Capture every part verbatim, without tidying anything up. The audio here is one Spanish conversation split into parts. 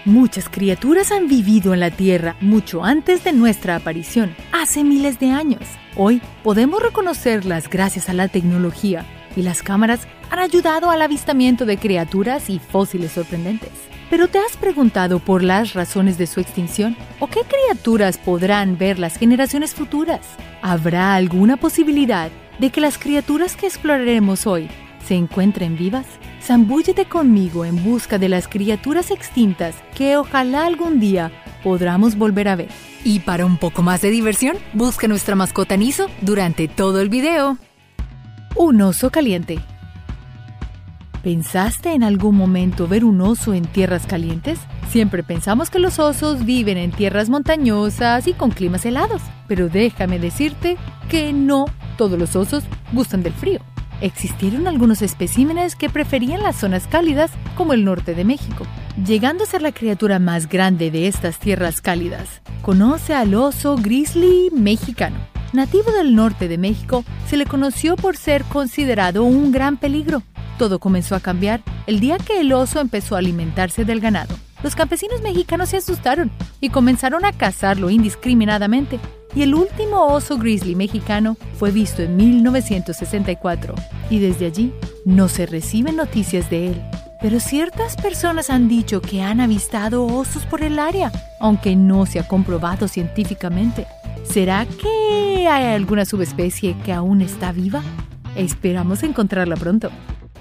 Muchas criaturas han vivido en la Tierra mucho antes de nuestra aparición, hace miles de años. Hoy podemos reconocerlas gracias a la tecnología, y las cámaras han ayudado al avistamiento de criaturas y fósiles sorprendentes. ¿Pero te has preguntado por las razones de su extinción? ¿O qué criaturas podrán ver las generaciones futuras? ¿Habrá alguna posibilidad de que las criaturas que exploraremos hoy se encuentren vivas? Zambúllete conmigo en busca de las criaturas extintas que ojalá algún día podamos volver a ver. Y para un poco más de diversión, busca nuestra mascota Niso durante todo el video. Un oso caliente. ¿Pensaste en algún momento ver un oso en tierras calientes? Siempre pensamos que los osos viven en tierras montañosas y con climas helados, pero déjame decirte que no todos los osos gustan del frío. Existieron algunos especímenes que preferían las zonas cálidas, como el norte de México, llegando a ser la criatura más grande de estas tierras cálidas. Conoce al oso grizzly mexicano. Nativo del norte de México, se le conoció por ser considerado un gran peligro. Todo comenzó a cambiar el día que el oso empezó a alimentarse del ganado. Los campesinos mexicanos se asustaron y comenzaron a cazarlo indiscriminadamente. Y el último oso grizzly mexicano fue visto en mil novecientos sesenta y cuatro. Y desde allí no se reciben noticias de él. Pero ciertas personas han dicho que han avistado osos por el área, aunque no se ha comprobado científicamente. ¿Será que hay alguna subespecie que aún está viva? Esperamos encontrarla pronto.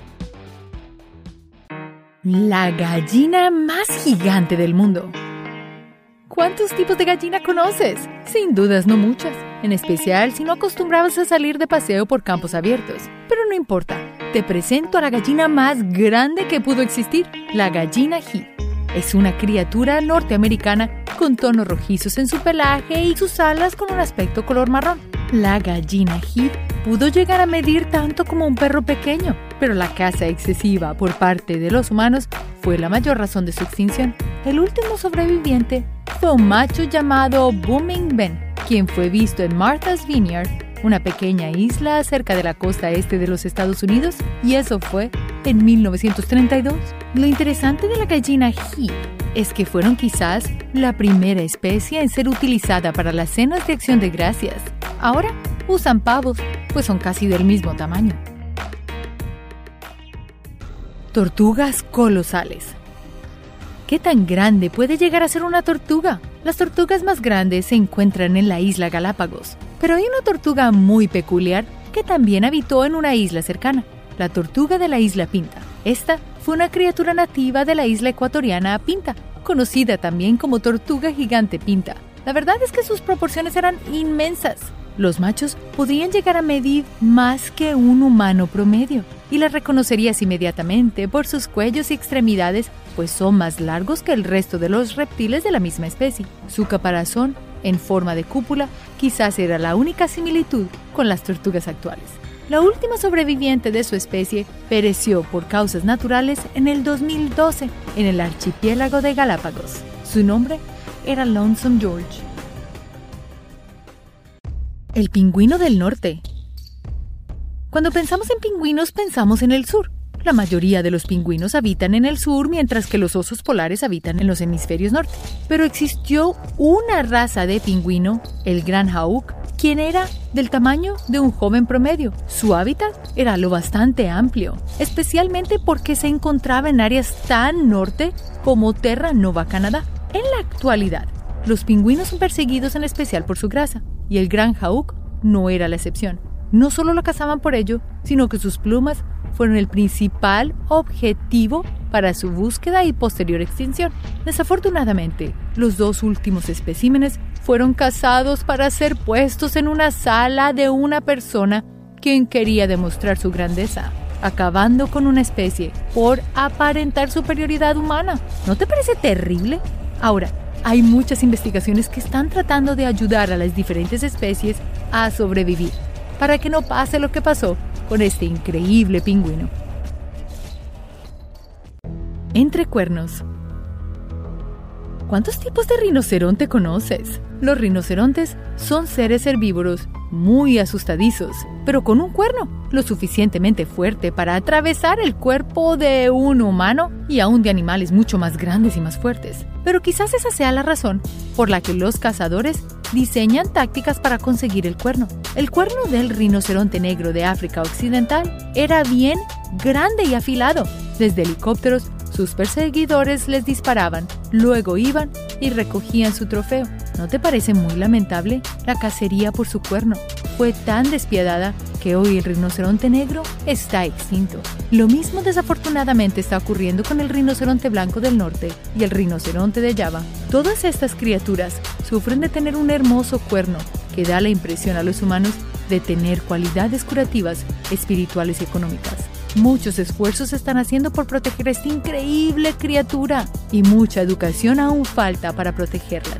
La gallina más gigante del mundo. ¿Cuántos tipos de gallina conoces? Sin dudas no muchas, en especial si no acostumbrabas a salir de paseo por campos abiertos. Pero no importa, te presento a la gallina más grande que pudo existir, la gallina Heath. Es una criatura norteamericana con tonos rojizos en su pelaje y sus alas con un aspecto color marrón. La gallina Heath pudo llegar a medir tanto como un perro pequeño, pero la caza excesiva por parte de los humanos fue la mayor razón de su extinción. El último sobreviviente fue un macho llamado Booming Ben, quien fue visto en Martha's Vineyard, una pequeña isla cerca de la costa este de los Estados Unidos, y eso fue en mil novecientos treinta y dos. Lo interesante de la gallina Heath es que fueron quizás la primera especie en ser utilizada para las cenas de acción de gracias. Ahora usan pavos, pues son casi del mismo tamaño. Tortugas colosales. ¿Qué tan grande puede llegar a ser una tortuga? Las tortugas más grandes se encuentran en la isla Galápagos, pero hay una tortuga muy peculiar que también habitó en una isla cercana, la tortuga de la isla Pinta. Esta fue una criatura nativa de la isla ecuatoriana Pinta, conocida también como tortuga gigante Pinta. La verdad es que sus proporciones eran inmensas. Los machos podrían llegar a medir más que un humano promedio, y las reconocerías inmediatamente por sus cuellos y extremidades, pues son más largos que el resto de los reptiles de la misma especie. Su caparazón, en forma de cúpula, quizás era la única similitud con las tortugas actuales. La última sobreviviente de su especie pereció por causas naturales en el dos mil doce en el archipiélago de Galápagos. Su nombre era Lonesome George. El pingüino del norte. Cuando pensamos en pingüinos, pensamos en el sur. La mayoría de los pingüinos habitan en el sur, mientras que los osos polares habitan en los hemisferios norte. Pero existió una raza de pingüino, el Gran Hawk, quien era del tamaño de un joven promedio. Su hábitat era lo bastante amplio, especialmente porque se encontraba en áreas tan norte como Terra Nova, Canadá. En la actualidad, los pingüinos son perseguidos en especial por su grasa, y el Gran Hawk no era la excepción. No solo lo cazaban por ello, sino que sus plumas fueron el principal objetivo para su búsqueda y posterior extinción. Desafortunadamente, los dos últimos especímenes fueron cazados para ser puestos en una sala de una persona quien quería demostrar su grandeza, acabando con una especie por aparentar superioridad humana. ¿No te parece terrible? Ahora, hay muchas investigaciones que están tratando de ayudar a las diferentes especies a sobrevivir, para que no pase lo que pasó con este increíble pingüino. Entre cuernos. ¿Cuántos tipos de rinoceronte conoces? Los rinocerontes son seres herbívoros muy asustadizos, pero con un cuerno lo suficientemente fuerte para atravesar el cuerpo de un humano y aún de animales mucho más grandes y más fuertes. Pero quizás esa sea la razón por la que los cazadores diseñan tácticas para conseguir el cuerno. El cuerno del rinoceronte negro de África Occidental era bien grande y afilado. Desde helicópteros, sus perseguidores les disparaban, luego iban y recogían su trofeo. ¿No te parece muy lamentable? La cacería por su cuerno fue tan despiadada que hoy el rinoceronte negro está extinto. Lo mismo desafortunadamente está ocurriendo con el rinoceronte blanco del norte y el rinoceronte de Java. Todas estas criaturas sufren de tener un hermoso cuerno que da la impresión a los humanos de tener cualidades curativas, espirituales y económicas. Muchos esfuerzos se están haciendo por proteger a esta increíble criatura y mucha educación aún falta para protegerlas.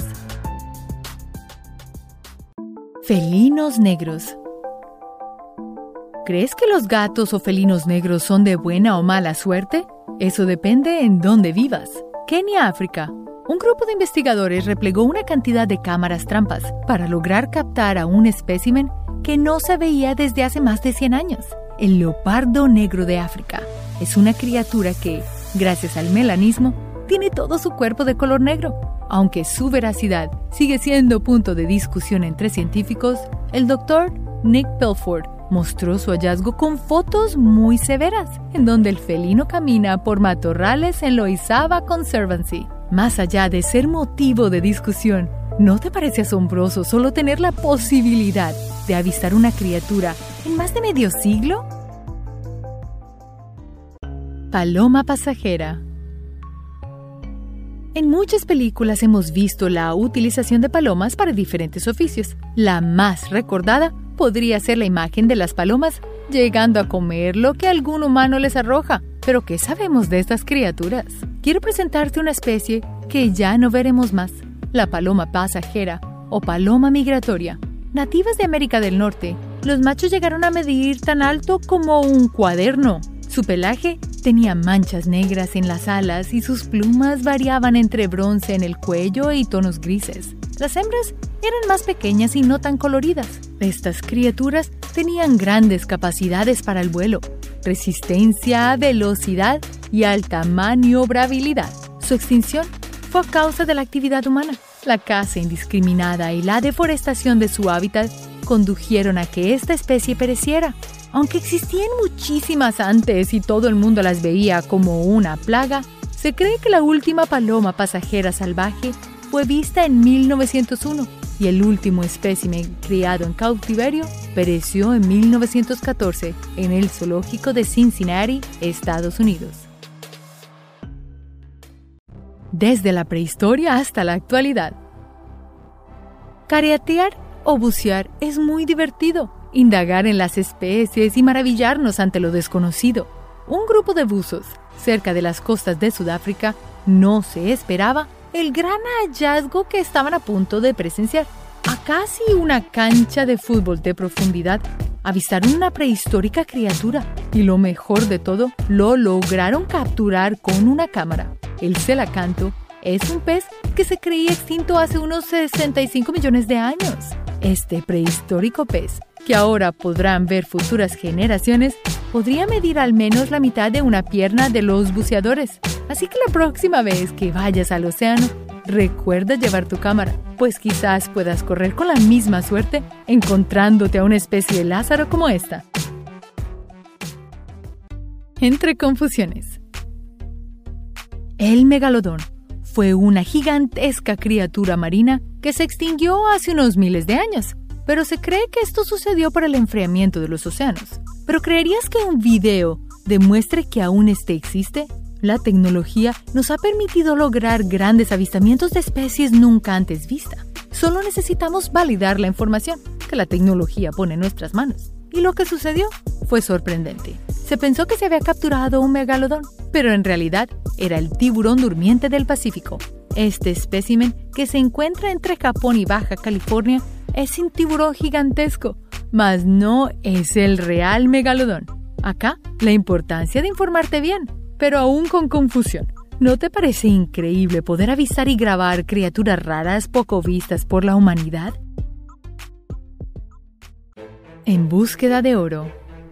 Felinos negros. ¿Crees que los gatos o felinos negros son de buena o mala suerte? Eso depende en dónde vivas. Kenia, África. Un grupo de investigadores replegó una cantidad de cámaras trampas para lograr captar a un espécimen que no se veía desde hace más de cien años. El leopardo negro de África es una criatura que, gracias al melanismo, tiene todo su cuerpo de color negro. Aunque su veracidad sigue siendo punto de discusión entre científicos, el doctor Nick Pelford mostró su hallazgo con fotos muy severas, en donde el felino camina por matorrales en Loizaba Conservancy. Más allá de ser motivo de discusión, ¿no te parece asombroso solo tener la posibilidad de avistar una criatura en más de medio siglo? Paloma pasajera. En muchas películas hemos visto la utilización de palomas para diferentes oficios. La más recordada podría ser la imagen de las palomas llegando a comer lo que algún humano les arroja. ¿Pero qué sabemos de estas criaturas? Quiero presentarte una especie que ya no veremos más, la paloma pasajera o paloma migratoria. Nativas de América del Norte, los machos llegaron a medir tan alto como un cuaderno. Su pelaje tenía manchas negras en las alas y sus plumas variaban entre bronce en el cuello y tonos grises. Las hembras eran más pequeñas y no tan coloridas. Estas criaturas tenían grandes capacidades para el vuelo, resistencia, velocidad y alta maniobrabilidad. Su extinción fue a causa de la actividad humana. La caza indiscriminada y la deforestación de su hábitat condujeron a que esta especie pereciera. Aunque existían muchísimas antes y todo el mundo las veía como una plaga, se cree que la última paloma pasajera salvaje fue vista en mil novecientos uno y el último espécimen criado en cautiverio pereció en mil novecientos catorce en el zoológico de Cincinnati, Estados Unidos. Desde la prehistoria hasta la actualidad. Caretear o bucear es muy divertido. Indagar en las especies y maravillarnos ante lo desconocido. Un grupo de buzos cerca de las costas de Sudáfrica no se esperaba el gran hallazgo que estaban a punto de presenciar. A casi una cancha de fútbol de profundidad, avistaron una prehistórica criatura y lo mejor de todo, lo lograron capturar con una cámara. El celacanto es un pez que se creía extinto hace unos sesenta y cinco millones de años. Este prehistórico pez, que ahora podrán ver futuras generaciones, podría medir al menos la mitad de una pierna de los buceadores. Así que la próxima vez que vayas al océano, recuerda llevar tu cámara, pues quizás puedas correr con la misma suerte encontrándote a una especie de Lázaro como esta. Entre confusiones. El megalodón fue una gigantesca criatura marina que se extinguió hace unos miles de años, pero se cree que esto sucedió por el enfriamiento de los océanos. ¿Pero creerías que un video demuestre que aún este existe? La tecnología nos ha permitido lograr grandes avistamientos de especies nunca antes vistas. Solo necesitamos validar la información que la tecnología pone en nuestras manos. Y lo que sucedió fue sorprendente. Se pensó que se había capturado un megalodón, pero en realidad era el tiburón durmiente del Pacífico. Este espécimen, que se encuentra entre Japón y Baja California, es un tiburón gigantesco, mas no es el real megalodón. Acá, la importancia de informarte bien, pero aún con confusión. ¿No te parece increíble poder avistar y grabar criaturas raras poco vistas por la humanidad? En búsqueda de oro.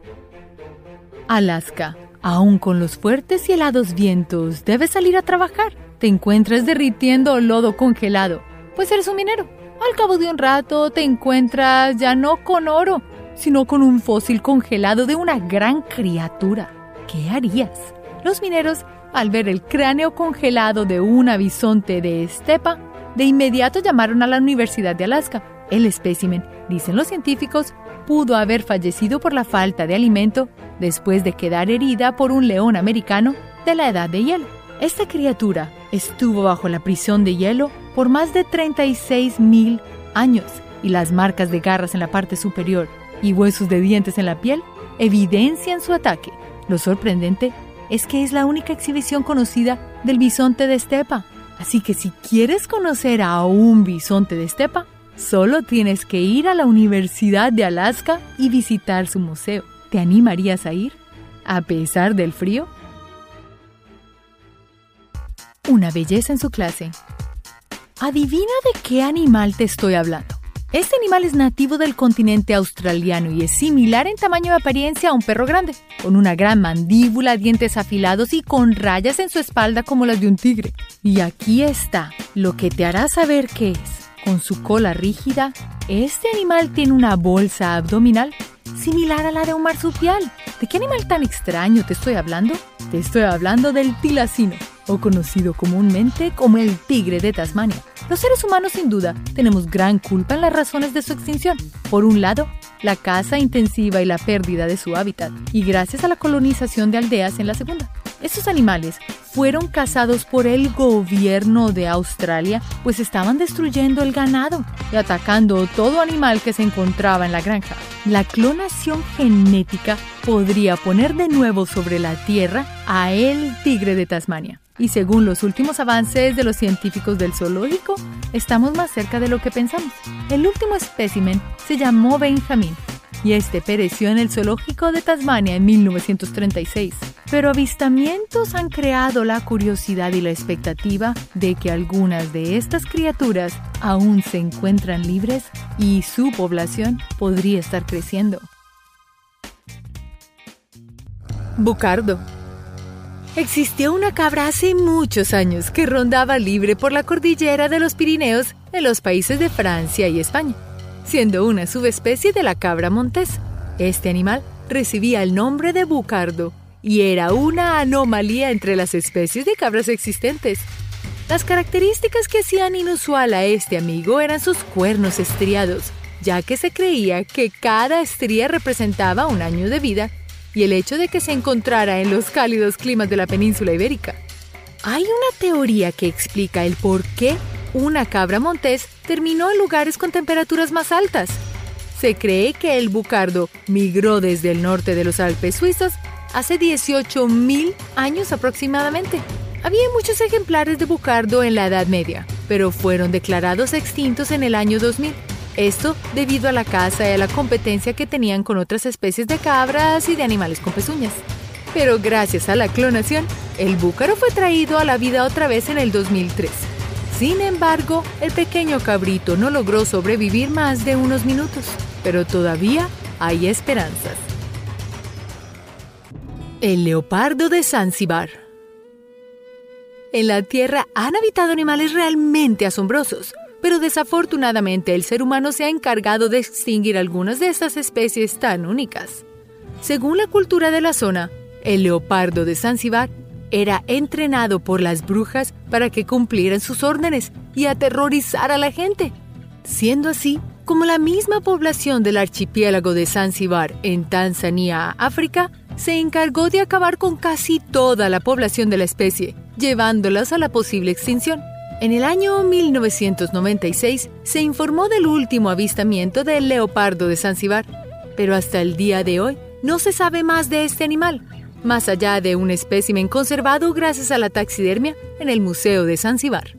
Alaska. Aún con los fuertes y helados vientos, debes salir a trabajar. Te encuentras derritiendo lodo congelado, pues eres un minero. Al cabo de un rato te encuentras ya no con oro, sino con un fósil congelado de una gran criatura. ¿Qué harías? Los mineros, al ver el cráneo congelado de un bisonte de estepa, de inmediato llamaron a la Universidad de Alaska. El espécimen, dicen los científicos, pudo haber fallecido por la falta de alimento después de quedar herida por un león americano de la edad de hielo. Esta criatura estuvo bajo la prisión de hielo por más de treinta y seis mil años y las marcas de garras en la parte superior y huesos de dientes en la piel evidencian su ataque. Lo sorprendente es que es la única exhibición conocida del bisonte de estepa. Así que si quieres conocer a un bisonte de estepa, solo tienes que ir a la Universidad de Alaska y visitar su museo. ¿Te animarías a ir, a pesar del frío? Una belleza en su clase. Adivina de qué animal te estoy hablando. Este animal es nativo del continente australiano y es similar en tamaño y apariencia a un perro grande, con una gran mandíbula, dientes afilados y con rayas en su espalda como las de un tigre. Y aquí está lo que te hará saber qué es. Con su cola rígida, este animal tiene una bolsa abdominal similar a la de un marsupial. ¿De qué animal tan extraño te estoy hablando? Te estoy hablando del tilacino, o conocido comúnmente como el tigre de Tasmania. Los seres humanos, sin duda, tenemos gran culpa en las razones de su extinción. Por un lado, la caza intensiva y la pérdida de su hábitat, y gracias a la colonización de aldeas en la segunda. Estos animales fueron cazados por el gobierno de Australia, pues estaban destruyendo el ganado y atacando todo animal que se encontraba en la granja. La clonación genética podría poner de nuevo sobre la tierra a el tigre de Tasmania. Y según los últimos avances de los científicos del zoológico, estamos más cerca de lo que pensamos. El último espécimen se llamó Benjamín, y este pereció en el zoológico de Tasmania en mil novecientos treinta y seis. Pero avistamientos han creado la curiosidad y la expectativa de que algunas de estas criaturas aún se encuentran libres y su población podría estar creciendo. Bucardo. Existió una cabra hace muchos años que rondaba libre por la cordillera de los Pirineos en los países de Francia y España, siendo una subespecie de la cabra montés. Este animal recibía el nombre de bucardo y era una anomalía entre las especies de cabras existentes. Las características que hacían inusual a este amigo eran sus cuernos estriados, ya que se creía que cada estría representaba un año de vida, y el hecho de que se encontrara en los cálidos climas de la península ibérica. Hay una teoría que explica el por qué una cabra montés terminó en lugares con temperaturas más altas. Se cree que el bucardo migró desde el norte de los Alpes suizos hace dieciocho mil años aproximadamente. Había muchos ejemplares de bucardo en la Edad Media, pero fueron declarados extintos en el año dos mil. Esto debido a la caza y a la competencia que tenían con otras especies de cabras y de animales con pezuñas. Pero gracias a la clonación, el búcaro fue traído a la vida otra vez en el dos mil tres. Sin embargo, el pequeño cabrito no logró sobrevivir más de unos minutos, pero todavía hay esperanzas. El leopardo de Zanzíbar. En la Tierra han habitado animales realmente asombrosos, pero desafortunadamente el ser humano se ha encargado de extinguir algunas de estas especies tan únicas. Según la cultura de la zona, el leopardo de Zanzíbar era entrenado por las brujas para que cumplieran sus órdenes y aterrorizar a la gente. Siendo así, como la misma población del archipiélago de Zanzíbar en Tanzania, África, se encargó de acabar con casi toda la población de la especie, llevándolas a la posible extinción. En el año mil novecientos noventa y seis se informó del último avistamiento del leopardo de Zanzíbar, pero hasta el día de hoy no se sabe más de este animal, más allá de un espécimen conservado gracias a la taxidermia en el Museo de Zanzíbar.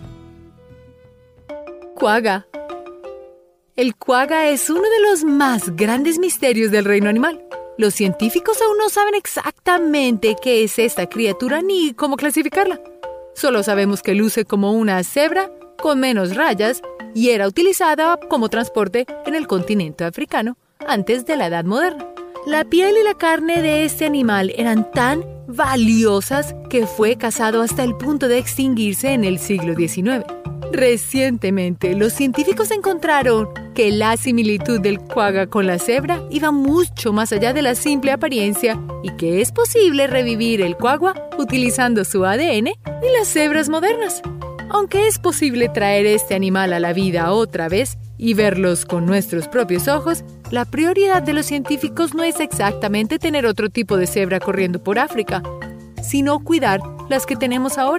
Quagga. El quagga es uno de los más grandes misterios del reino animal. Los científicos aún no saben exactamente qué es esta criatura ni cómo clasificarla. Solo sabemos que luce como una cebra con menos rayas y era utilizada como transporte en el continente africano antes de la Edad Moderna. La piel y la carne de este animal eran tan valiosas que fue cazado hasta el punto de extinguirse en el siglo diecinueve. Recientemente, los científicos encontraron que la similitud del quagga con la cebra iba mucho más allá de la simple apariencia y que es posible revivir el quagga utilizando su A D N y las cebras modernas. Aunque es posible traer este animal a la vida otra vez y verlos con nuestros propios ojos, la prioridad de los científicos no es exactamente tener otro tipo de cebra corriendo por África, sino cuidar las que tenemos ahora.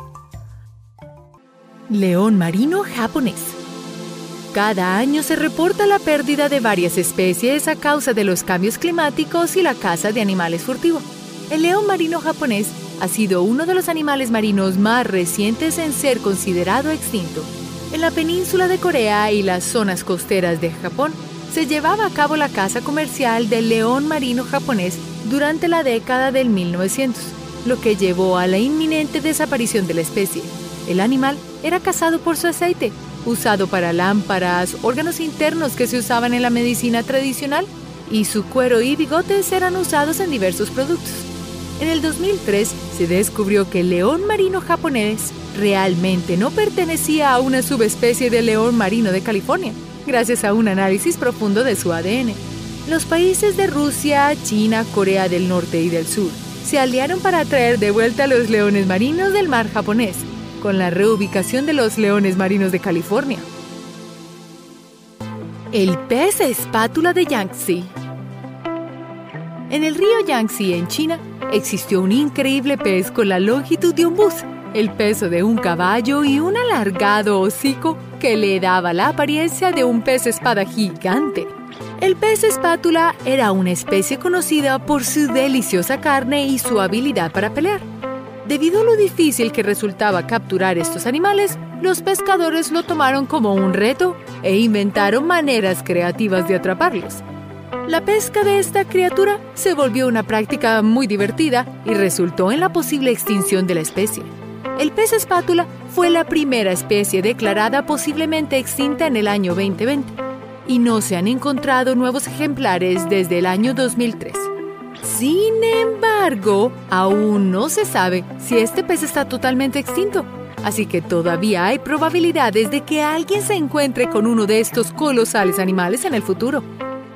León marino japonés. Cada año se reporta la pérdida de varias especies a causa de los cambios climáticos y la caza de animales furtivos. El león marino japonés ha sido uno de los animales marinos más recientes en ser considerado extinto. En la península de Corea y las zonas costeras de Japón, se llevaba a cabo la caza comercial del león marino japonés durante la década del mil novecientos, lo que llevó a la inminente desaparición de la especie. El animal era cazado por su aceite, usado para lámparas, órganos internos que se usaban en la medicina tradicional, y su cuero y bigotes eran usados en diversos productos. En el dos mil tres se descubrió que el león marino japonés realmente no pertenecía a una subespecie del león marino de California, gracias a un análisis profundo de su A D N. Los países de Rusia, China, Corea del Norte y del Sur se aliaron para traer de vuelta a los leones marinos del mar japonés, con la reubicación de los leones marinos de California. El pez espátula de Yangtze. En el río Yangtze, en China, existió un increíble pez con la longitud de un bus, el peso de un caballo y un alargado hocico que le daba la apariencia de un pez espada gigante. El pez espátula era una especie conocida por su deliciosa carne y su habilidad para pelear. Debido a lo difícil que resultaba capturar estos animales, los pescadores lo tomaron como un reto e inventaron maneras creativas de atraparlos. La pesca de esta criatura se volvió una práctica muy divertida y resultó en la posible extinción de la especie. El pez espátula fue la primera especie declarada posiblemente extinta en el año veinte veinte, y no se han encontrado nuevos ejemplares desde el año dos mil tres. Sin embargo, aún no se sabe si este pez está totalmente extinto, así que todavía hay probabilidades de que alguien se encuentre con uno de estos colosales animales en el futuro.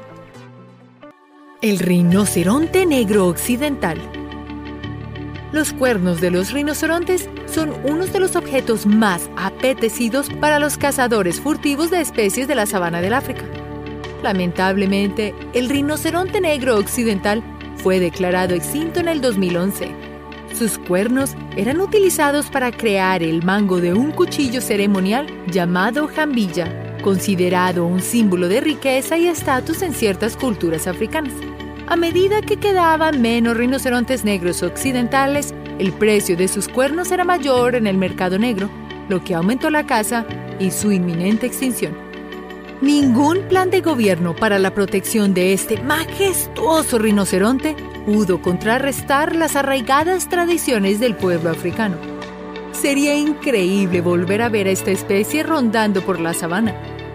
El rinoceronte negro occidental. Los cuernos de los rinocerontes son unos de los objetos más apetecidos para los cazadores furtivos de especies de la sabana del África. Lamentablemente, el rinoceronte negro occidental fue declarado extinto en el dos mil once. Sus cuernos eran utilizados para crear el mango de un cuchillo ceremonial llamado jambilla, considerado un símbolo de riqueza y estatus en ciertas culturas africanas. A medida que quedaban menos rinocerontes negros occidentales, el precio de sus cuernos era mayor en el mercado negro, lo que aumentó la caza y su inminente extinción. Ningún plan de gobierno para la protección de este majestuoso rinoceronte pudo contrarrestar las arraigadas tradiciones del pueblo africano. Sería increíble volver a ver a esta especie rondando por la sabana.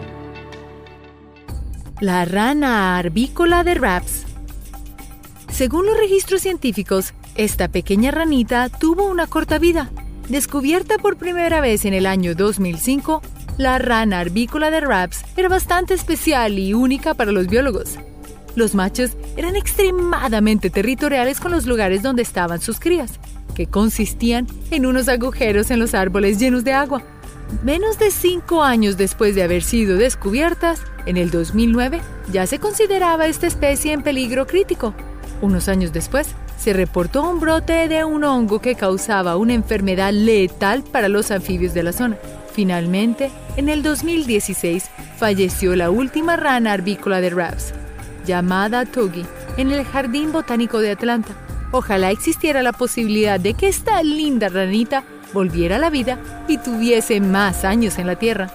La rana arbícola de Rapps. Según los registros científicos, esta pequeña ranita tuvo una corta vida. Descubierta por primera vez en el año dos mil cinco, la rana arbícola de Rapps era bastante especial y única para los biólogos. Los machos eran extremadamente territoriales con los lugares donde estaban sus crías, que consistían en unos agujeros en los árboles llenos de agua. Menos de cinco años después de haber sido descubiertas, en el dos mil nueve, ya se consideraba esta especie en peligro crítico. Unos años después, se reportó un brote de un hongo que causaba una enfermedad letal para los anfibios de la zona. Finalmente, en el dos mil dieciséis, falleció la última rana arbícola de Rapps, llamada Togi, en el Jardín Botánico de Atlanta. Ojalá existiera la posibilidad de que esta linda ranita volviera a la vida y tuviese más años en la Tierra.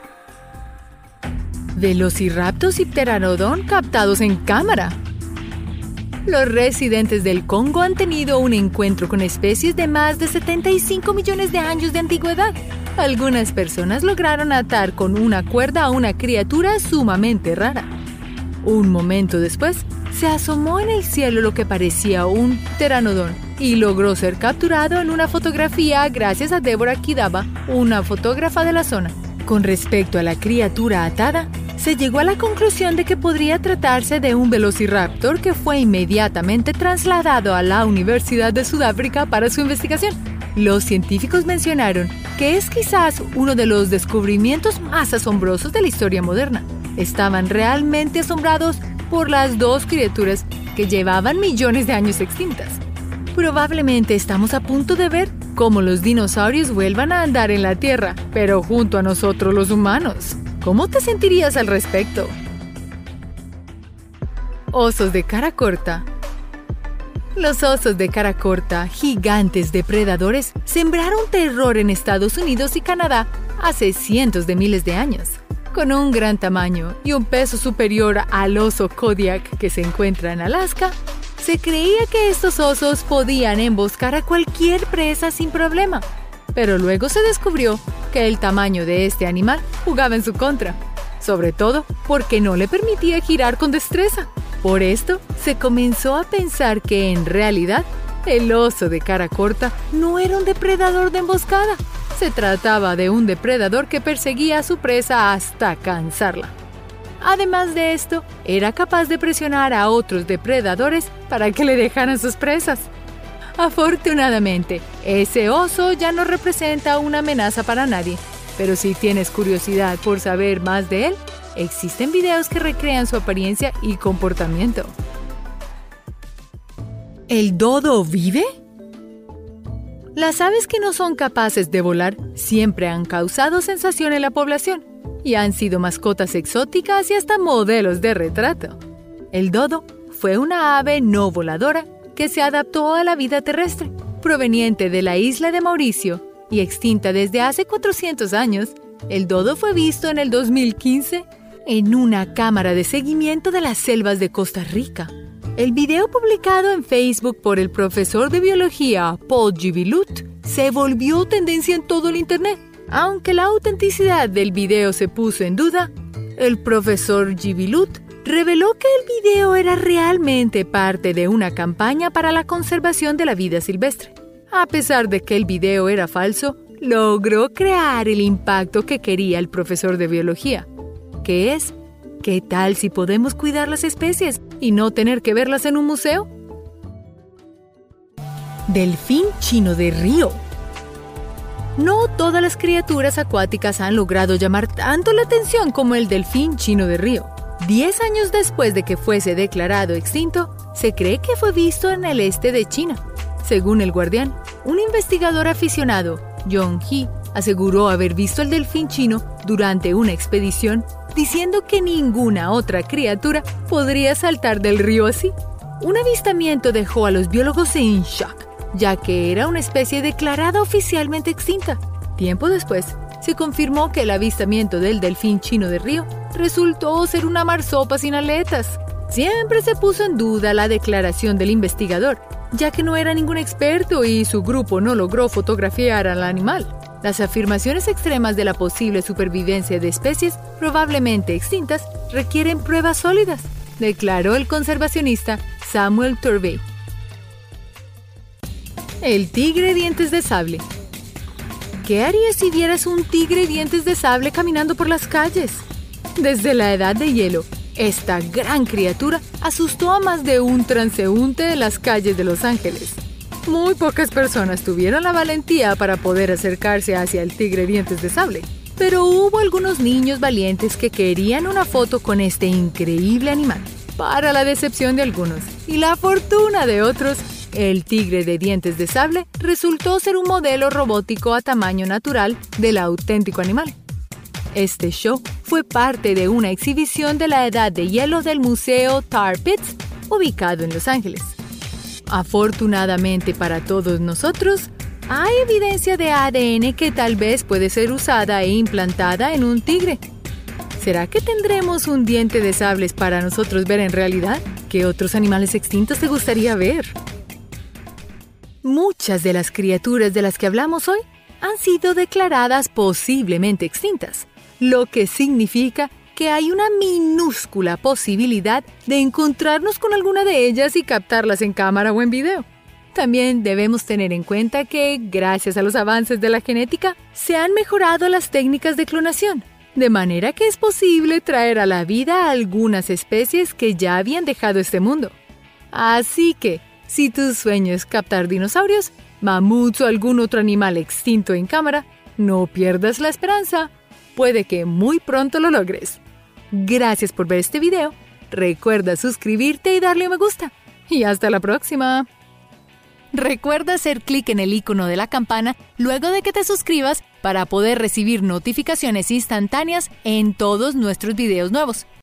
Velociraptors y Pteranodon captados en cámara. Los residentes del Congo han tenido un encuentro con especies de más de setenta y cinco millones de años de antigüedad. Algunas personas lograron atar con una cuerda a una criatura sumamente rara. Un momento después, se asomó en el cielo lo que parecía un pteranodón y logró ser capturado en una fotografía gracias a Deborah Kidaba, una fotógrafa de la zona. Con respecto a la criatura atada, se llegó a la conclusión de que podría tratarse de un velociraptor que fue inmediatamente trasladado a la Universidad de Sudáfrica para su investigación. Los científicos mencionaron que es quizás uno de los descubrimientos más asombrosos de la historia moderna. Estaban realmente asombrados por las dos criaturas que llevaban millones de años extintas. Probablemente estamos a punto de ver cómo los dinosaurios vuelvan a andar en la Tierra, pero junto a nosotros los humanos. ¿Cómo te sentirías al respecto? Osos de cara corta. Los osos de cara corta, gigantes depredadores, sembraron terror en Estados Unidos y Canadá hace cientos de miles de años. Con un gran tamaño y un peso superior al oso Kodiak que se encuentra en Alaska, se creía que estos osos podían emboscar a cualquier presa sin problema. Pero luego se descubrió que el tamaño de este animal jugaba en su contra, sobre todo porque no le permitía girar con destreza. Por esto, se comenzó a pensar que en realidad el oso de cara corta no era un depredador de emboscada. Se trataba de un depredador que perseguía a su presa hasta cansarla. Además de esto, era capaz de presionar a otros depredadores para que le dejaran sus presas. Afortunadamente, ese oso ya no representa una amenaza para nadie, pero si tienes curiosidad por saber más de él, existen videos que recrean su apariencia y comportamiento. ¿El dodo vive? Las aves que no son capaces de volar siempre han causado sensación en la población y han sido mascotas exóticas y hasta modelos de retrato. El dodo fue una ave no voladora que se adaptó a la vida terrestre, proveniente de la isla de Mauricio y extinta desde hace cuatrocientos años. El dodo fue visto en el dos mil quince en una cámara de seguimiento de las selvas de Costa Rica. El video publicado en Facebook por el profesor de biología Paul Givilut se volvió tendencia en todo el internet. Aunque la autenticidad del video se puso en duda, el profesor Givilut reveló que el video era realmente parte de una campaña para la conservación de la vida silvestre. A pesar de que el video era falso, logró crear el impacto que quería el profesor de biología, que es, ¿qué tal si podemos cuidar las especies y no tener que verlas en un museo? Delfín chino de río. No todas las criaturas acuáticas han logrado llamar tanto la atención como el delfín chino de río. Diez años después de que fuese declarado extinto, se cree que fue visto en el este de China. Según El Guardián, un investigador aficionado, Yong He, aseguró haber visto el delfín chino durante una expedición, diciendo que ninguna otra criatura podría saltar del río así. Un avistamiento dejó a los biólogos en shock, ya que era una especie declarada oficialmente extinta. Tiempo después, se confirmó que el avistamiento del delfín chino de río resultó ser una marsopa sin aletas. Siempre se puso en duda la declaración del investigador, ya que no era ningún experto y su grupo no logró fotografiar al animal. Las afirmaciones extremas de la posible supervivencia de especies probablemente extintas requieren pruebas sólidas, declaró el conservacionista Samuel Turvey. El tigre dientes de sable. ¿Qué harías si vieras un tigre dientes de sable caminando por las calles? Desde la edad de hielo, esta gran criatura asustó a más de un transeúnte de las calles de Los Ángeles. Muy pocas personas tuvieron la valentía para poder acercarse hacia el tigre dientes de sable, pero hubo algunos niños valientes que querían una foto con este increíble animal. Para la decepción de algunos y la fortuna de otros, el tigre de dientes de sable resultó ser un modelo robótico a tamaño natural del auténtico animal. Este show fue parte de una exhibición de la edad de hielo del Museo Tar Pits, ubicado en Los Ángeles. Afortunadamente para todos nosotros, hay evidencia de A D N que tal vez puede ser usada e implantada en un tigre. ¿Será que tendremos un diente de sables para nosotros ver en realidad? ¿Qué otros animales extintos te gustaría ver? Muchas de las criaturas de las que hablamos hoy han sido declaradas posiblemente extintas, lo que significa que hay una minúscula posibilidad de encontrarnos con alguna de ellas y captarlas en cámara o en video. También debemos tener en cuenta que, gracias a los avances de la genética, se han mejorado las técnicas de clonación, de manera que es posible traer a la vida a algunas especies que ya habían dejado este mundo. Así que, si tu sueño es captar dinosaurios, mamuts o algún otro animal extinto en cámara, no pierdas la esperanza. Puede que muy pronto lo logres. Gracias por ver este video. Recuerda suscribirte y darle a me gusta. Y hasta la próxima. Recuerda hacer clic en el icono de la campana luego de que te suscribas para poder recibir notificaciones instantáneas en todos nuestros videos nuevos.